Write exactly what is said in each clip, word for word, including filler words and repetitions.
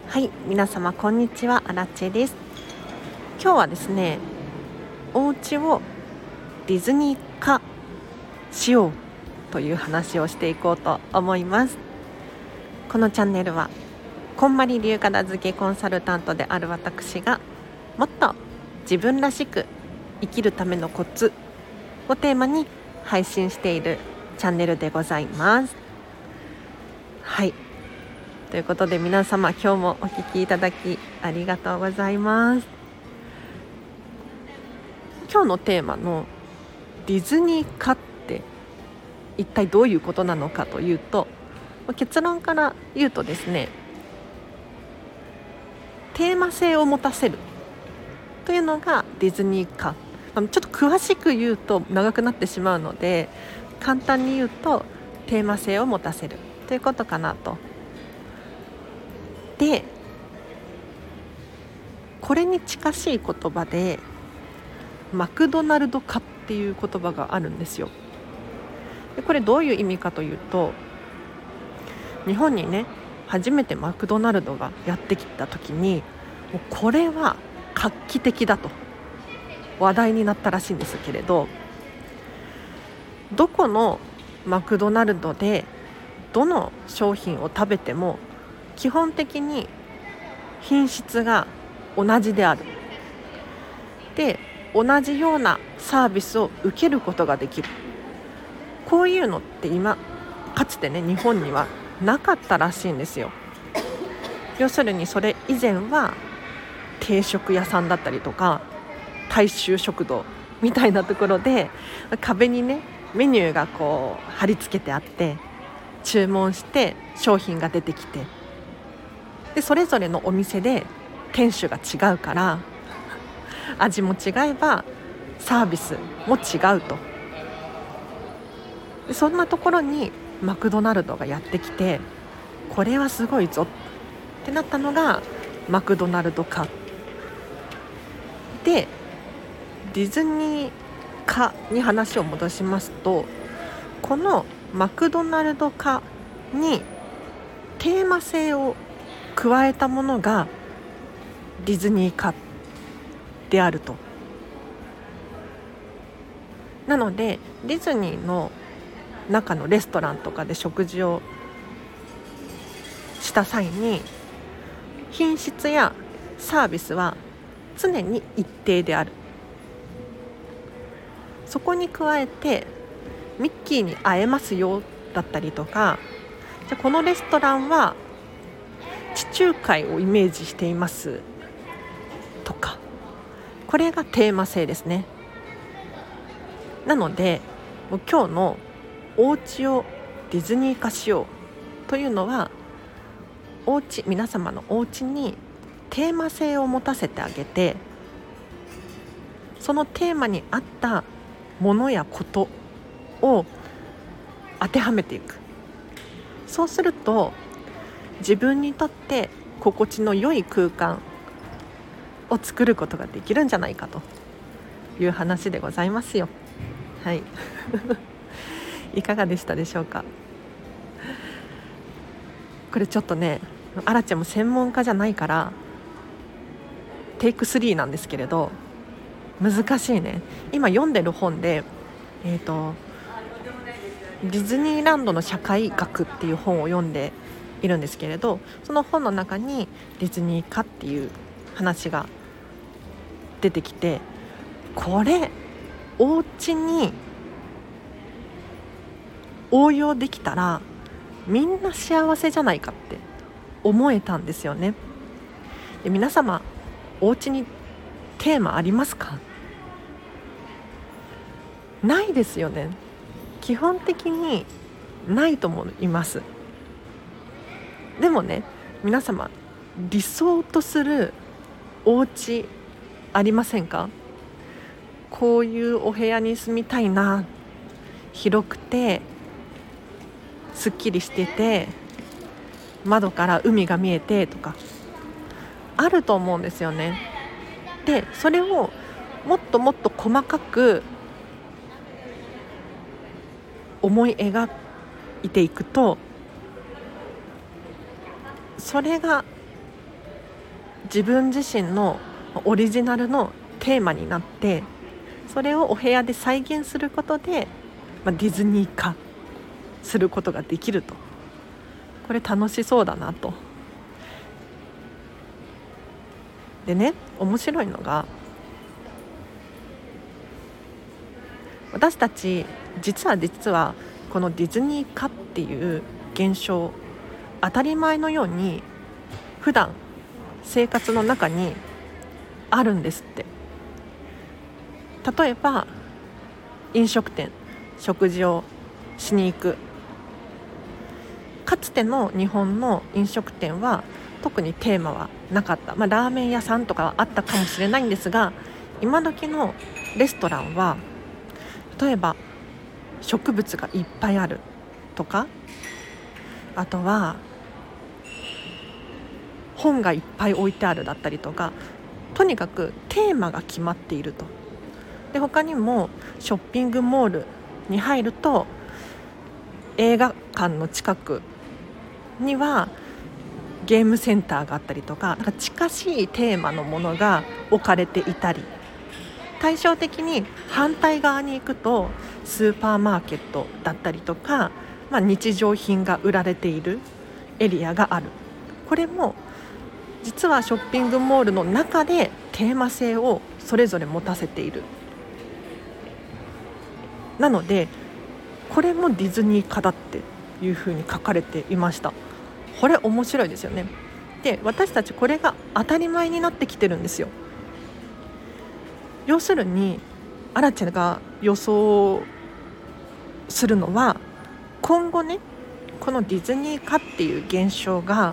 はい、皆様こんにちは、アラチェです。今日はですね、お家をディズニー化しようという話をしていこうと思います。このチャンネルはこんまり流片付けコンサルタントである私がもっと自分らしく生きるためのコツをテーマに配信しているチャンネルでございます。はい、ということで皆様今日もお聞きいただきありがとうございます。今日のテーマのディズニー化って一体どういうことなのかというと、結論から言うとですね、テーマ性を持たせるというのがディズニー化。ちょっと詳しく言うと長くなってしまうので、簡単に言うとテーマ性を持たせるということかなと。で、これに近しい言葉でマクドナルド化っていう言葉があるんですよ。でこれどういう意味かというと、日本にね初めてマクドナルドがやってきた時に、もうこれは画期的だと話題になったらしいんですけれど、どこのマクドナルドでどの商品を食べても基本的に品質が同じである。で、同じようなサービスを受けることができる。こういうのって今かつてね日本にはなかったらしいんですよ。要するにそれ以前は定食屋さんだったりとか大衆食堂みたいなところで、壁にねメニューがこう貼り付けてあって、注文して商品が出てきて、でそれぞれのお店で店主が違うから味も違えばサービスも違うと。でそんなところにマクドナルドがやってきて、これはすごいぞってなったのがマクドナルド化で、ディズニー化に話を戻しますと、このマクドナルド化にテーマ性を加えたものがディズニー化であると。なのでディズニーの中のレストランとかで食事をした際に、品質やサービスは常に一定である。そこに加えてミッキーに会えますよだったりとか、じゃこのレストランは地中海をイメージしていますとか、これがテーマ性ですね。なのでもう今日のお家をディズニー化しようというのは、お家皆様のお家にテーマ性を持たせてあげて、そのテーマに合ったものやことを当てはめていく。そうすると自分にとって心地の良い空間を作ることができるんじゃないかという話でございますよ。はいいかがでしたでしょうか。これちょっとね、アラチェも専門家じゃないからテイクスリーなんですけれど、難しいね。今読んでる本で、えーと、ディズニーランドの社会学っていう本を読んでいるんですけれど、その本の中にディズニー化っていう話が出てきて、これお家に応用できたらみんな幸せじゃないかって思えたんですよね。で、皆様お家にテーマありますか？ないですよね。基本的にないと思います。でもね、皆様理想とするお家ありませんか？こういうお部屋に住みたいな、広くてすっきりしてて窓から海が見えてとかあると思うんですよね。で、それをもっともっと細かく思い描いていくと、それが自分自身のオリジナルのテーマになって、それをお部屋で再現することで、まあ、ディズニー化することができると。これ楽しそうだなと。でね、面白いのが、私たち実は実はこのディズニー化っていう現象、当たり前のように普段生活の中にあるんですって。例えば飲食店、食事をしに行く。かつての日本の飲食店は特にテーマはなかった、まあ、ラーメン屋さんとかはあったかもしれないんですが、今時のレストランは例えば植物がいっぱいあるとか、あとは本がいっぱい置いてあるだったりとか、とにかくテーマが決まっていると。で、他にもショッピングモールに入ると映画館の近くにはゲームセンターがあったりとか、なんか近しいテーマのものが置かれていたり、対照的に反対側に行くとスーパーマーケットだったりとか、まあ、日常品が売られているエリアがある。これも実はショッピングモールの中でテーマ性をそれぞれ持たせている。なのでこれもディズニー化だっていうふうに書かれていました。これ面白いですよね。で、私たちこれが当たり前になってきてるんですよ。要するにアラチェが予想するのは、今後ね、このディズニー化っていう現象が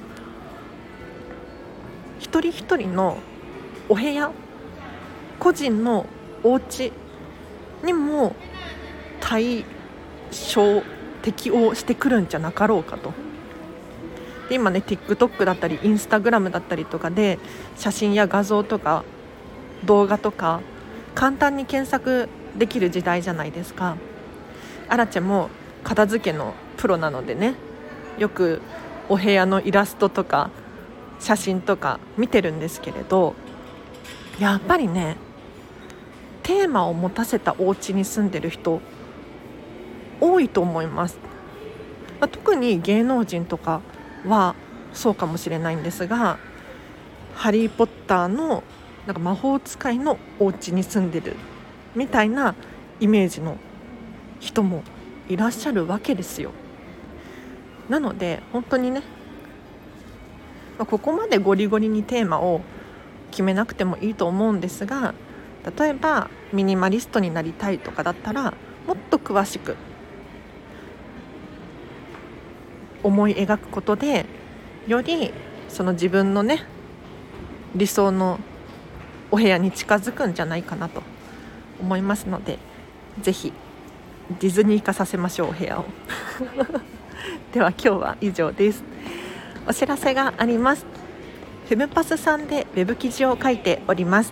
一人一人のお部屋、個人のお家にも対象適応してくるんじゃなかろうかと。で、今ね TikTok だったり Instagram だったりとかで写真や画像とか動画とか簡単に検索できる時代じゃないですか。アラチェも片付けのプロなのでね、よくお部屋のイラストとか写真とか見てるんですけれど、やっぱりね、テーマを持たせたお家に住んでる人多いと思います。まあ、特に芸能人とかはそうかもしれないんですが、ハリーポッターのなんか魔法使いのお家に住んでるみたいなイメージの人もいらっしゃるわけですよ。なので本当にね、まあ、ここまでゴリゴリにテーマを決めなくてもいいと思うんですが、例えばミニマリストになりたいとかだったら、もっと詳しく思い描くことで、よりその自分のね理想のお部屋に近づくんじゃないかなと思いますので、ぜひディズニー化させましょう、お部屋をでは今日は以上です。お知らせがあります。フェムパスさんでウェブ記事を書いております。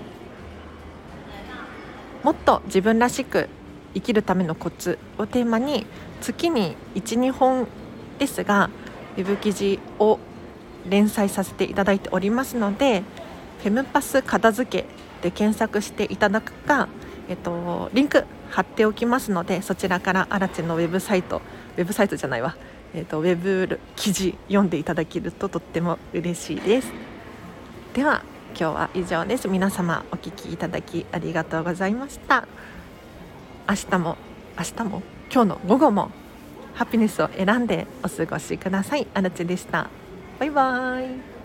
もっと自分らしく生きるためのコツをテーマに、月に いち、にほんですがウェブ記事を連載させていただいておりますので、フェムパス片付けで検索していただくか、えっと、リンク貼っておきますので、そちらからアラチェのウェブサイトウェブサイトじゃないわ、えっと、ウェブ記事読んでいただけるととっても嬉しいです。では今日は以上です。皆様お聞きいただきありがとうございました。明日も明日も今日の午後もハピネスを選んでお過ごしください。アラチェでした。バイバイ。